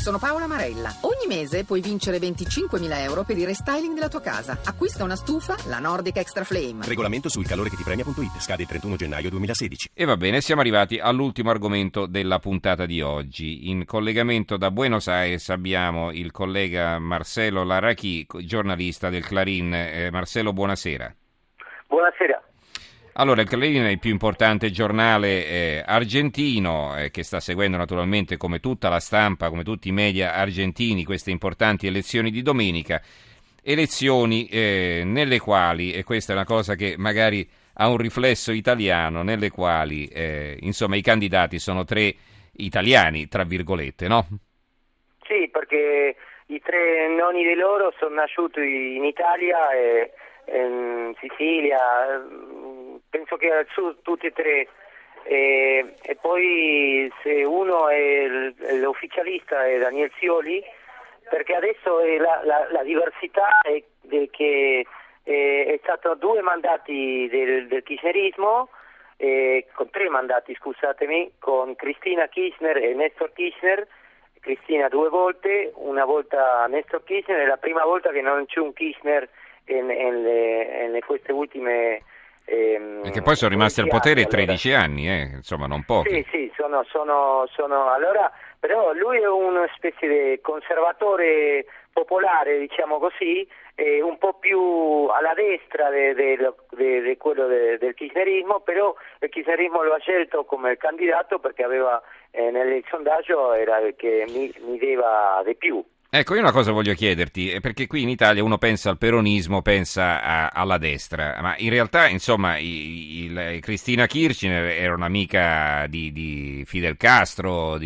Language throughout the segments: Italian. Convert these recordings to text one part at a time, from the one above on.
Sono Paola Marella. Ogni mese puoi vincere 25.000 euro per il restyling della tua casa. Acquista una stufa, la Nordic Extra Flame. Regolamento sul calore che ti premia.it. Scade il 31 gennaio 2016. E va bene, siamo arrivati all'ultimo argomento della puntata di oggi. In collegamento da Buenos Aires abbiamo il collega Marcelo Larraqui, giornalista del Clarín. Marcelo, buonasera. Buonasera. Allora, il Clarín è il più importante giornale argentino che sta seguendo naturalmente, come tutta la stampa, come tutti i media argentini, queste importanti elezioni di domenica. Elezioni nelle quali, e questa è una cosa che magari ha un riflesso italiano, nelle quali insomma i candidati sono tre italiani, tra virgolette, no? Sì, perché i tre nonni di loro sono nasciuti in Italia e in Sicilia, penso che al sud tutti e tre, e poi se uno è l'ufficialista è Daniel Scioli, perché adesso la diversità è che è stato 2 mandati del kirchnerismo, con 3 mandati, scusatemi, con Cristina Kirchner e Néstor Kirchner. Cristina 2 volte, una volta Néstor Kirchner, è la prima volta che non c'è un Kirchner in queste ultime perché poi sono rimasti al potere 13 anni, insomma non pochi. Sì, sono allora, però lui è una specie di conservatore popolare, diciamo così, un po' più alla destra di quello del kirchnerismo, però il kirchnerismo lo ha scelto come candidato perché aveva nel sondaggio era il che mideva di più. Ecco, io una cosa voglio chiederti, perché qui in Italia uno pensa al peronismo, pensa alla destra, ma in realtà, insomma, Cristina Kirchner era un'amica di Fidel Castro,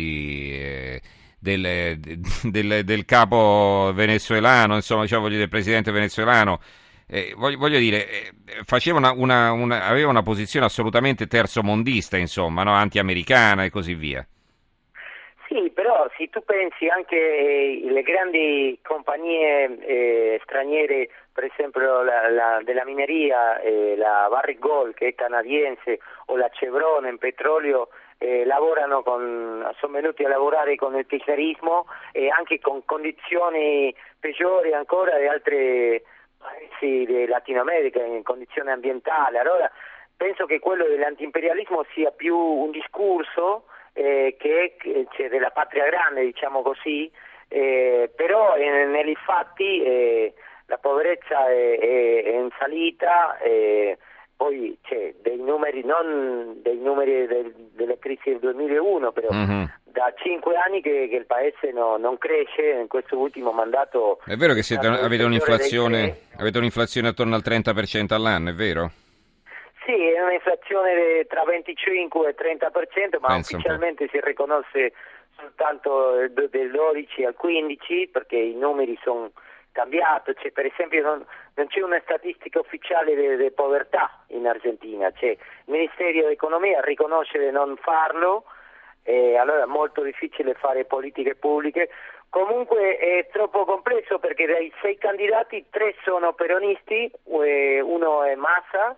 del capo venezuelano, insomma, diciamo, del presidente venezuelano. Voglio dire, faceva aveva una posizione assolutamente terzomondista, insomma, no? Anti-americana e così via. Sì, però se tu pensi anche le grandi compagnie straniere, per esempio della mineria, la Barrick Gold che è canadiense, o la Chevron in petrolio, sono venuti a lavorare con il kirchnerismo e anche con condizioni peggiori ancora di altri paesi di Latino America in condizioni ambientali. Allora penso che quello dell'antiimperialismo sia più un discorso che c'è della patria grande, diciamo così, però negli fatti la poverezza è in salita, poi c'è dei numeri, non dei numeri della crisi del 2001, però da 5 anni che il paese non cresce. In questo ultimo mandato è vero che avete un'inflazione attorno al 30% all'anno, è vero? Sì, è un'inflazione tra 25 e 30%, ma penso ufficialmente si riconosce soltanto del 12 al 15, perché i numeri sono cambiati. Per esempio non c'è una statistica ufficiale di povertà in Argentina, il Ministero dell'Economia riconosce di non farlo, allora è molto difficile fare politiche pubbliche. Comunque è troppo complesso perché dai 6 candidati 3 sono peronisti, uno è Massa,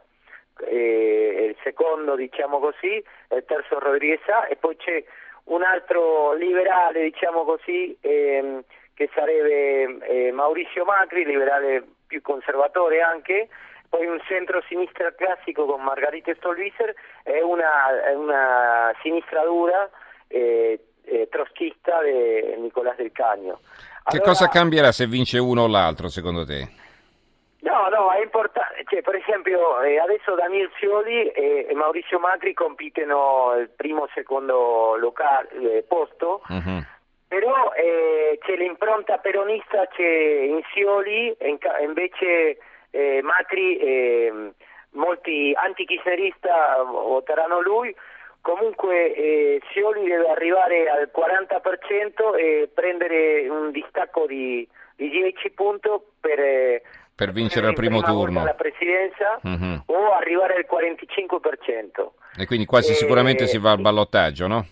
il secondo, diciamo così, il terzo Rodríguez Sá, e poi c'è un altro liberale, diciamo così, che sarebbe Mauricio Macri, liberale più conservatore anche, poi un centro-sinistra classico con Margarita Stolbizer e una sinistra dura trotskista di Nicolás del Caño. Che cosa cambierà se vince uno o l'altro, secondo te? No, è importante, per esempio adesso Daniel Scioli e Mauricio Macri compitono il primo e secondo posto, però c'è l'impronta peronista, c'è in Scioli, invece Macri, molti anti-kirchnerista voteranno lui. Comunque Scioli deve arrivare al 40% e prendere un distacco di 10 punti per vincere al primo turno la presidenza, o arrivare al 45%. E quindi quasi sicuramente si va al ballottaggio, no?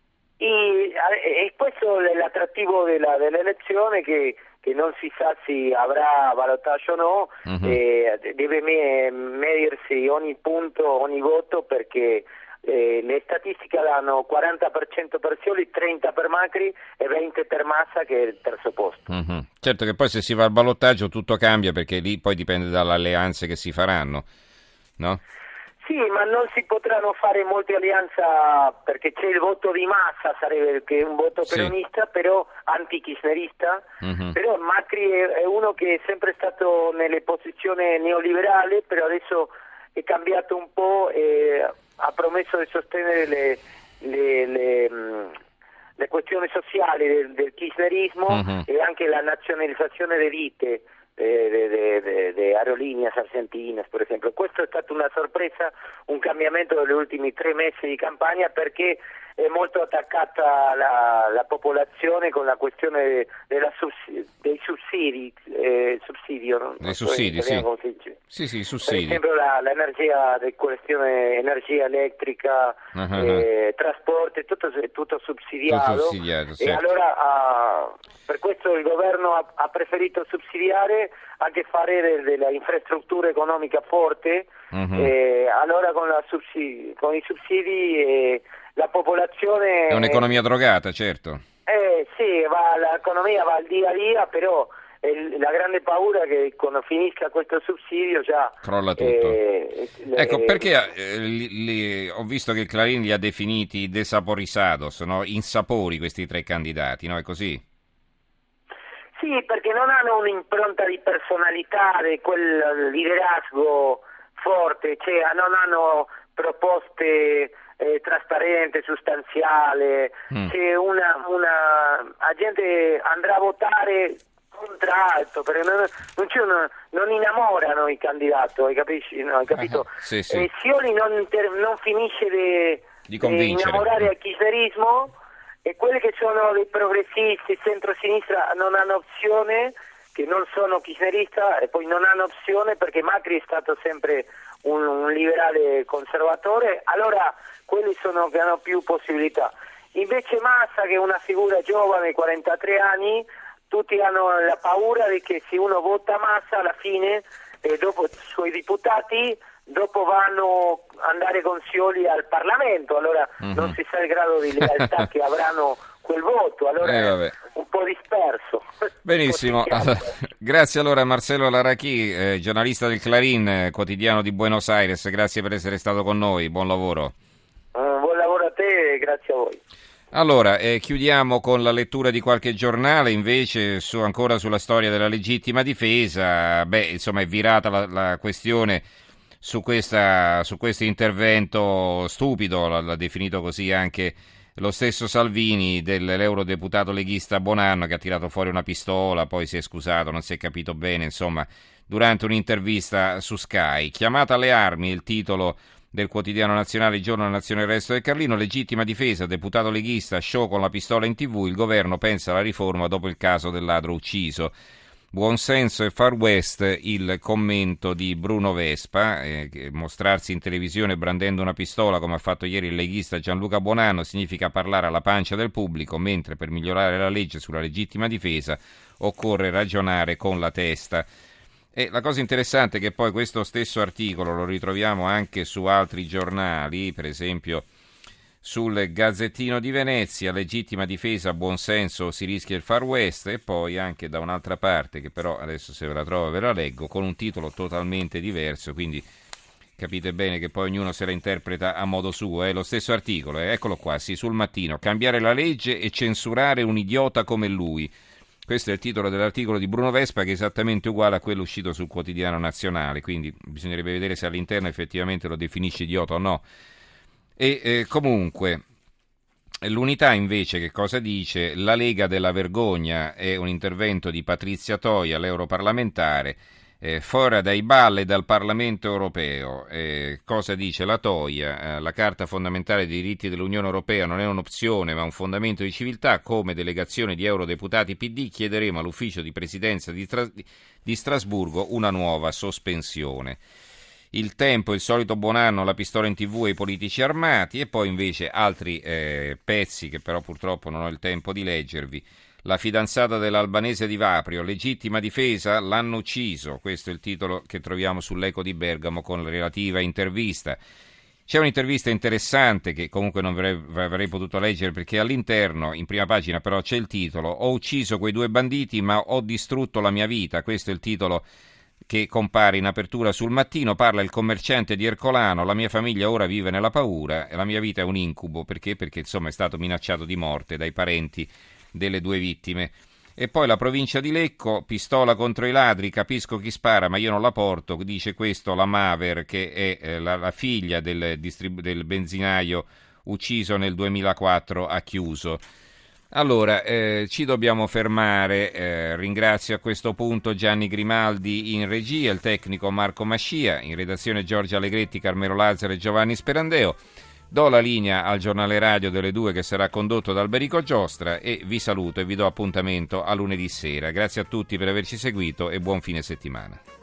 E questo è l'attrattivo dell'elezione, che non si sa se avrà ballottaggio o no, deve medirsi ogni punto, ogni voto, perché le statistiche danno 40% per Scioli, 30% per Macri e 20% per Massa, che è il terzo posto. Mm-hmm. Certo che poi se si va al ballottaggio tutto cambia, perché lì poi dipende dalle alleanze che si faranno, no? Sì, ma non si potranno fare molte alleanze perché c'è il voto di Massa, sarebbe che è un voto peronista, però anti-kirchnerista, però Macri è uno che è sempre stato nelle posizioni neoliberali, però adesso è cambiato un po' e ha promesso di sostenere le questioni sociali del kirchnerismo e anche la nazionalizzazione delle ditte, de aerolíneas argentinas, per esempio. Questo è stata una sorpresa, un cambiamento degli ultimi 3 mesi di campagna, perché è molto attaccata la popolazione con la questione dei sussidi, sussidio, dei sussidi, sì. Sì, sussidi. Per esempio l'energia, questione energia elettrica, trasporti, tutto sussidiato. Tutto sussidiato, certo. E allora per questo il governo ha preferito sussidiare, anche fare della infrastruttura economica forte, allora con i sussidi la popolazione... È un'economia drogata, certo. Sì, l'economia va al dia a dia, però la grande paura è che quando finisca questo sussidio già... crolla tutto. Ecco, perché ho visto che il Clarín li ha definiti desaporizados, no? Insapori, questi 3 candidati, no? È così? Sì, perché non hanno un'impronta di personalità, di quel liderazgo forte, cioè non hanno proposte trasparente, sostanziale, se la gente andrà a votare contralto, perché non innamorano i candidati, hai capito? Sì, sì. Scioli non finisce di innamorare al kirchnerismo, e quelli che sono dei progressisti, centro-sinistra, non hanno opzione, che non sono kirchnerista, e poi non hanno opzione perché Macri è stato sempre un liberale conservatore, allora quelli che hanno più possibilità. Invece Massa, che è una figura giovane, 43 anni, tutti hanno la paura di che se uno vota Massa alla fine, dopo i suoi deputati, dopo vanno andare con Scioli al Parlamento, allora non si sa il grado di lealtà che avranno quel voto, allora è un po' disperso. Benissimo, grazie allora a Marcelo Larrachì, giornalista del Clarín, quotidiano di Buenos Aires, grazie per essere stato con noi, buon lavoro. Buon lavoro a te e grazie a voi. Allora, chiudiamo con la lettura di qualche giornale, invece ancora sulla storia della legittima difesa. Insomma, è virata la questione su questo intervento stupido, l'ha definito così anche lo stesso Salvini, dell'eurodeputato leghista Bonanno, che ha tirato fuori una pistola, poi si è scusato, non si è capito bene, insomma, durante un'intervista su Sky. Chiamata alle armi, il titolo del quotidiano nazionale Il Giorno della Nazione, il Resto del Carlino, legittima difesa, deputato leghista, show con la pistola in TV, il governo pensa alla riforma dopo il caso del ladro ucciso. Buonsenso e Far West, il commento di Bruno Vespa, che mostrarsi in televisione brandendo una pistola come ha fatto ieri il leghista Gianluca Bonanno significa parlare alla pancia del pubblico, mentre per migliorare la legge sulla legittima difesa occorre ragionare con la testa. E la cosa interessante è che poi questo stesso articolo lo ritroviamo anche su altri giornali, per esempio sul Gazzettino di Venezia, legittima difesa, buonsenso, si rischia il Far West, e poi anche da un'altra parte, che però adesso se ve la trovo ve la leggo, con un titolo totalmente diverso, quindi capite bene che poi ognuno se la interpreta a modo suo. Lo stesso articolo, eccolo qua, sì, sul Mattino, cambiare la legge e censurare un idiota come lui. Questo è il titolo dell'articolo di Bruno Vespa, che è esattamente uguale a quello uscito sul Quotidiano Nazionale, quindi bisognerebbe vedere se all'interno effettivamente lo definisce idiota o no. E comunque, l'Unità invece che cosa dice? La Lega della Vergogna è un intervento di Patrizia Toia, l'europarlamentare, fuori dai balli dal Parlamento europeo. Cosa dice la Toia? La Carta fondamentale dei diritti dell'Unione Europea non è un'opzione ma un fondamento di civiltà. Come delegazione di eurodeputati PD chiederemo all'ufficio di presidenza di Strasburgo una nuova sospensione. Il Tempo, il solito Bonanno, la pistola in TV e i politici armati, e poi invece altri pezzi che però purtroppo non ho il tempo di leggervi. La fidanzata dell'albanese di Vaprio, legittima difesa, l'hanno ucciso. Questo è il titolo che troviamo sull'Eco di Bergamo con la relativa intervista. C'è un'intervista interessante che comunque non avrei potuto leggere perché all'interno, in prima pagina però c'è il titolo: ho ucciso quei 2 banditi ma ho distrutto la mia vita. Questo è il titolo che compare in apertura sul Mattino. Parla il commerciante di Ercolano: la mia famiglia ora vive nella paura e la mia vita è un incubo. Perché? Perché insomma è stato minacciato di morte dai parenti delle 2 vittime. E poi la provincia di Lecco: pistola contro i ladri, capisco chi spara ma io non la porto. Dice questo la Maver, che è la figlia del benzinaio ucciso nel 2004 a Chiuso. Allora, ci dobbiamo fermare. Ringrazio a questo punto Gianni Grimaldi in regia, il tecnico Marco Mascia, in redazione Giorgia Allegretti, Carmelo Lazzaro e Giovanni Sperandeo. Do la linea al giornale radio delle 2 che sarà condotto da Alberico Giostra e vi saluto e vi do appuntamento a lunedì sera. Grazie a tutti per averci seguito e buon fine settimana.